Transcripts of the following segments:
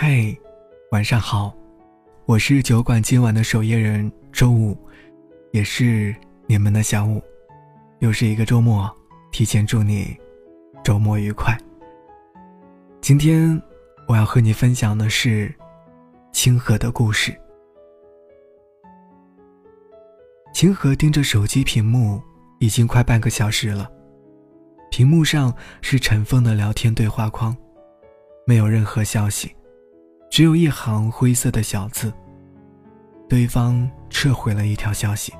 嘿，晚上好，我是酒馆今晚的守夜人周五，也是你们的小五。又是一个周末，提前祝你周末愉快。今天我要和你分享的是清河的故事。清河盯着手机屏幕已经快半个小时了，屏幕上是陈峰的聊天对话框，没有任何消息，只有一行灰色的小字，对方撤回了一条消息。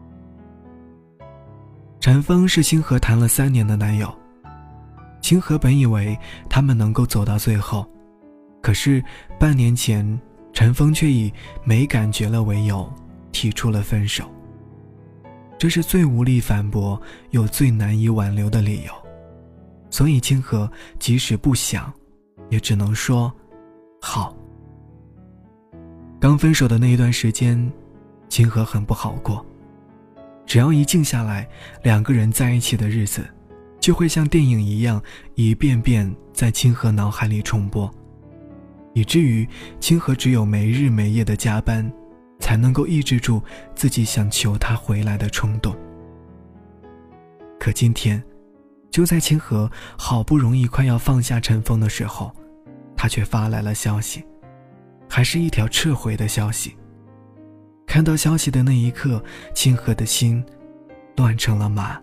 陈峰是清河谈了3年的男友，清河本以为他们能够走到最后，可是半年前陈峰却以没感觉了为由提出了分手，这是最无力反驳又最难以挽留的理由，所以清河即使不想也只能说好。刚分手的那一段时间，清河很不好过，只要一静下来，两个人在一起的日子就会像电影一样一遍遍在清河脑海里重播，以至于清河只有没日没夜的加班才能够抑制住自己想求他回来的冲动。可今天就在清河好不容易快要放下陈峰的时候，他却发来了消息，还是一条撤回的消息。看到消息的那一刻，清河的心乱成了麻。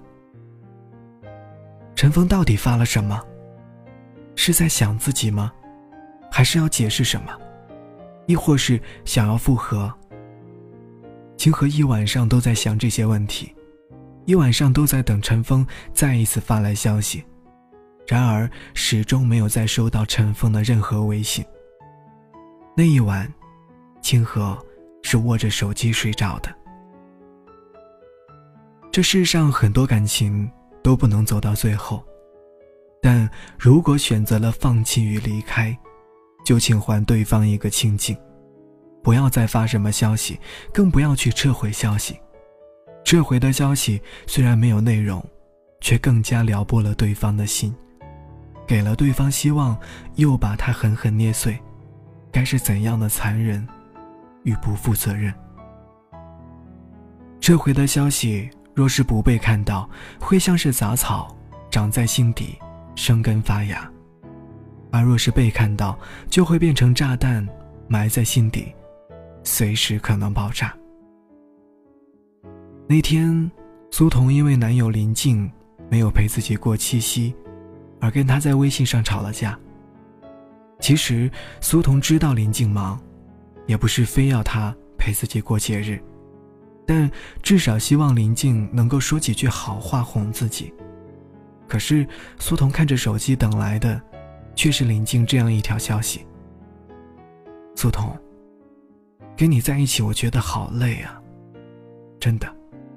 陈峰到底发了什么？是在想自己吗？还是要解释什么？亦或是想要复合？清河一晚上都在想这些问题，一晚上都在等陈峰再一次发来消息，然而始终没有再收到陈峰的任何微信。那一晚，清河是握着手机睡着的。这世上很多感情都不能走到最后，但如果选择了放弃与离开，就请还对方一个清静，不要再发什么消息，更不要去撤回消息。撤回的消息虽然没有内容，却更加撩拨了对方的心，给了对方希望，又把他狠狠捏碎，该是怎样的残忍与不负责任。撤回的消息若是不被看到，会像是杂草长在心底生根发芽，而若是被看到，就会变成炸弹埋在心底，随时可能爆炸。那天苏童因为男友林静没有陪自己过七夕，而跟他在微信上吵了架。其实苏童知道林静忙，也不是非要他陪自己过节日，但至少希望林静能够说几句好话哄自己。可是苏童看着手机等来的却是林静这样一条消息：苏童，跟你在一起我觉得好累啊，真的。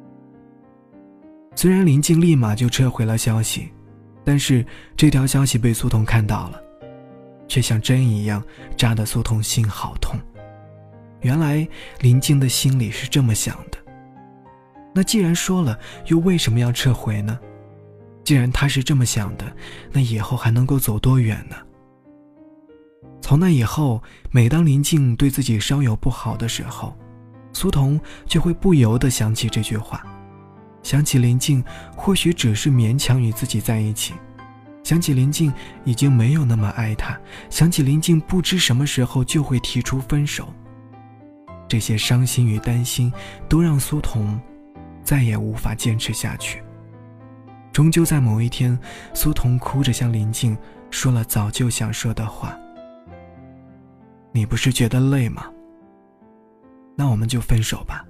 虽然林静立马就撤回了消息，但是这条消息被苏童看到了，却像针一样扎得苏童心好痛。原来林静的心里是这么想的，那既然说了，又为什么要撤回呢？既然他是这么想的，那以后还能够走多远呢？从那以后，每当林静对自己稍有不好的时候，苏童就会不由地想起这句话，想起林静或许只是勉强与自己在一起，想起林静已经没有那么爱他，想起林静不知什么时候就会提出分手。这些伤心与担心都让苏童再也无法坚持下去。终究在某一天，苏童哭着向林静说了早就想说的话：你不是觉得累吗？那我们就分手吧。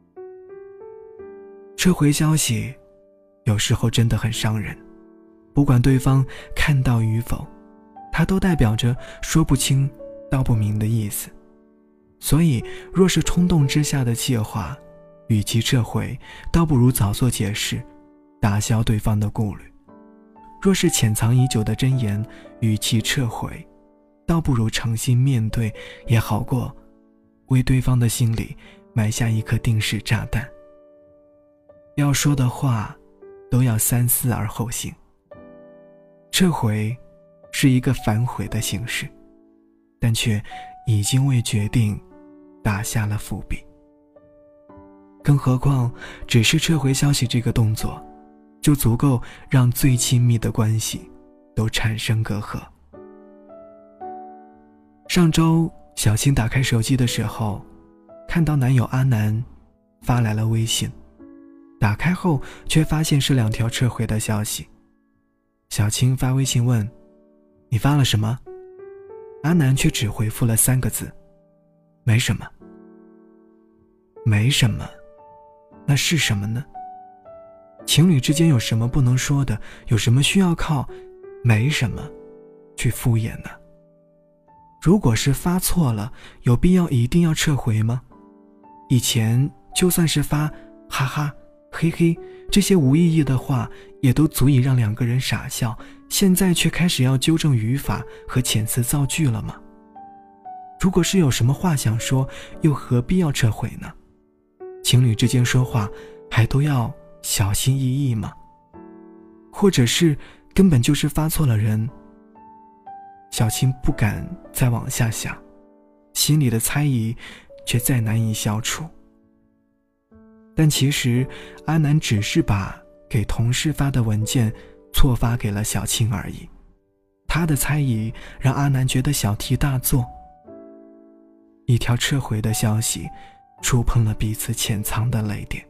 撤回消息有时候真的很伤人，不管对方看到与否，它都代表着说不清道不明的意思。所以若是冲动之下的气话，与其撤回，倒不如早做解释，打消对方的顾虑。若是潜藏已久的真言，与其撤回，倒不如诚心面对，也好过为对方的心里埋下一颗定时炸弹。要说的话都要三思而后行。撤回是一个反悔的形式， 但却已经为决定打下了伏笔。更何况只是撤回消息这个动作，就足够让最亲密的关系都产生隔阂。上周小青打开手机的时候，看到男友阿南发来了微信，打开后却发现是2条撤回的消息。小青发微信问：你发了什么？阿南却只回复了3个字：没什么。没什么，那是什么呢？情侣之间有什么不能说的？有什么需要靠没什么去敷衍呢？如果是发错了，有必要一定要撤回吗？以前就算是发哈哈嘿嘿这些无意义的话，也都足以让2个人傻笑，现在却开始要纠正语法和遣词造句了吗？如果是有什么话想说，又何必要撤回呢？情侣之间说话还都要小心翼翼吗？或者是根本就是发错了人？小青不敢再往下想，心里的猜疑却再难以消除。但其实阿南只是把给同事发的文件错发给了小青而已，他的猜疑让阿南觉得小题大做。一条撤回的消息触碰了彼此潜藏的雷点。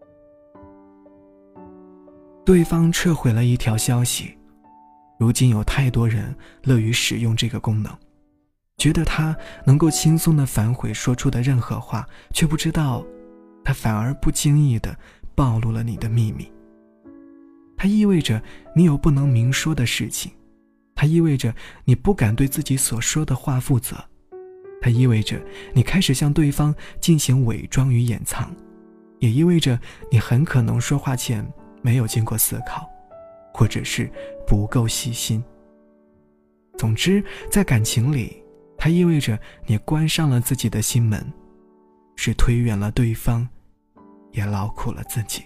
对方撤回了一条消息，如今有太多人乐于使用这个功能，觉得他能够轻松地反悔说出的任何话，却不知道他反而不经意地暴露了你的秘密。它意味着你有不能明说的事情，它意味着你不敢对自己所说的话负责，它意味着你开始向对方进行伪装与掩藏，也意味着你很可能说话前没有经过思考，或者是不够细心。总之，在感情里，它意味着你关上了自己的心门，是推远了对方，也劳苦了自己。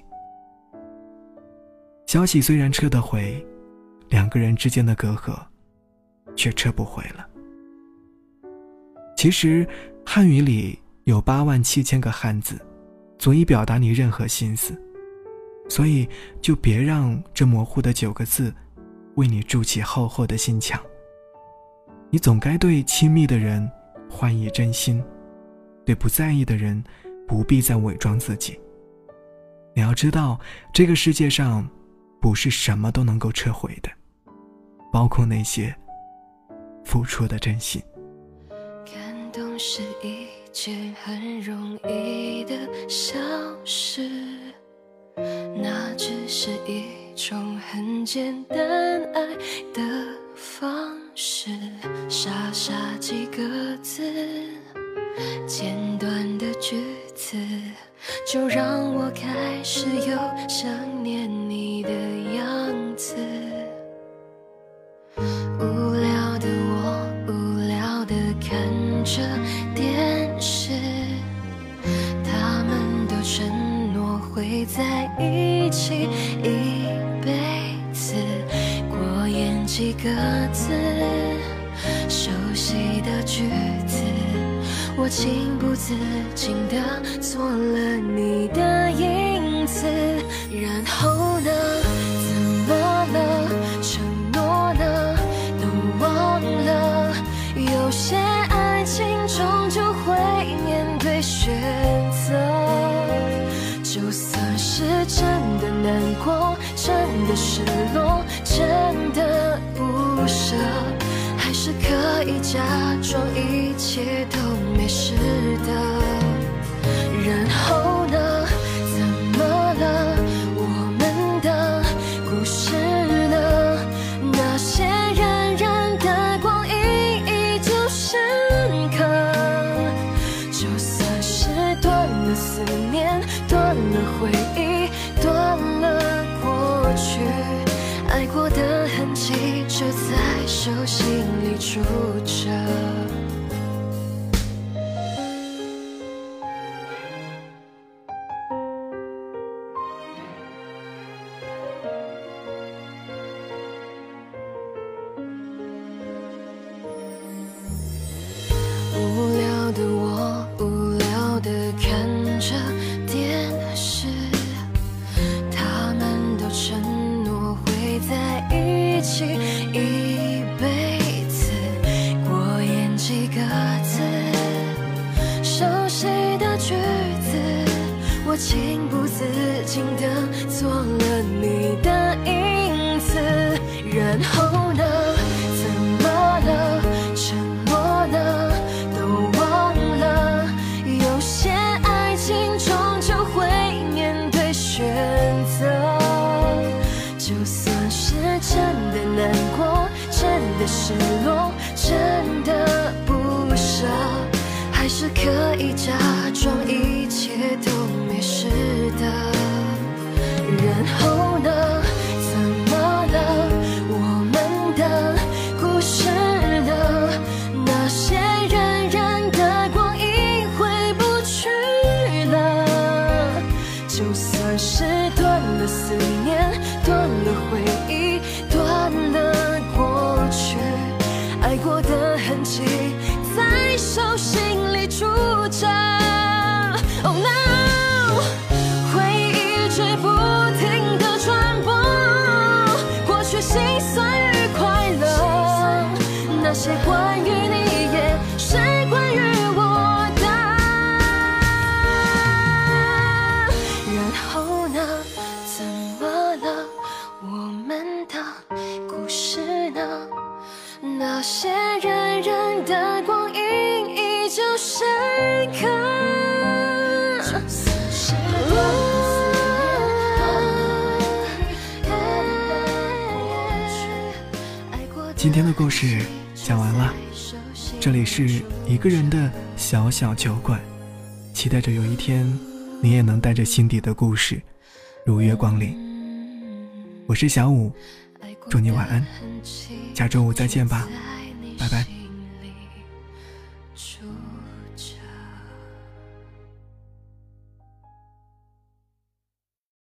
消息虽然撤得回，2个人之间的隔阂却撤不回了。其实汉语里有87000个汉字，足以表达你任何心思，所以就别让这模糊的9个字为你筑起厚厚的心墙。你总该对亲密的人换以真心，对不在意的人不必再伪装自己。你要知道，这个世界上不是什么都能够撤回的，包括那些付出的真心。 感动是一件很容易的小事，那只是一种很简单爱的方式，傻傻几个字，简短的句子，就让我开始有想念你的样子。无聊的我无聊的看着电视，他们都承诺会在一起一辈子，过眼几个字，熟悉的句子，我情不自禁地做了你的影子。然后呢？怎么了？承诺呢？都忘了。有些爱情终究会面对选择，就算是真的难过，真的失落，真的不舍，还是可以假装一切都没事的。然后呢？怎么了？我们的故事呢？那些冉冉的光阴依旧深刻，就算是断了思念，断了回忆，断了过去，爱过的痕迹就在手心里住着。 失落真的不舍，还是可以假装一切都没事的。然后呢？怎么了？我们的故事呢？那些荏苒的光阴回不去了，就算是断了思念，断了回忆，断了过去，爱过的痕迹在手心里住着。Oh no， 回忆一直不停地传播，过去心酸与快乐，那些关于你也是关于我的。然后呢？怎么了？我们的故事呢？那些荏苒的光阴依旧深刻。 今天的故事讲完了，这里是一个人的小小酒馆，期待着有一天你也能带着心底的故事如约光临。我是小五，祝你晚安，下周五再见吧，拜拜。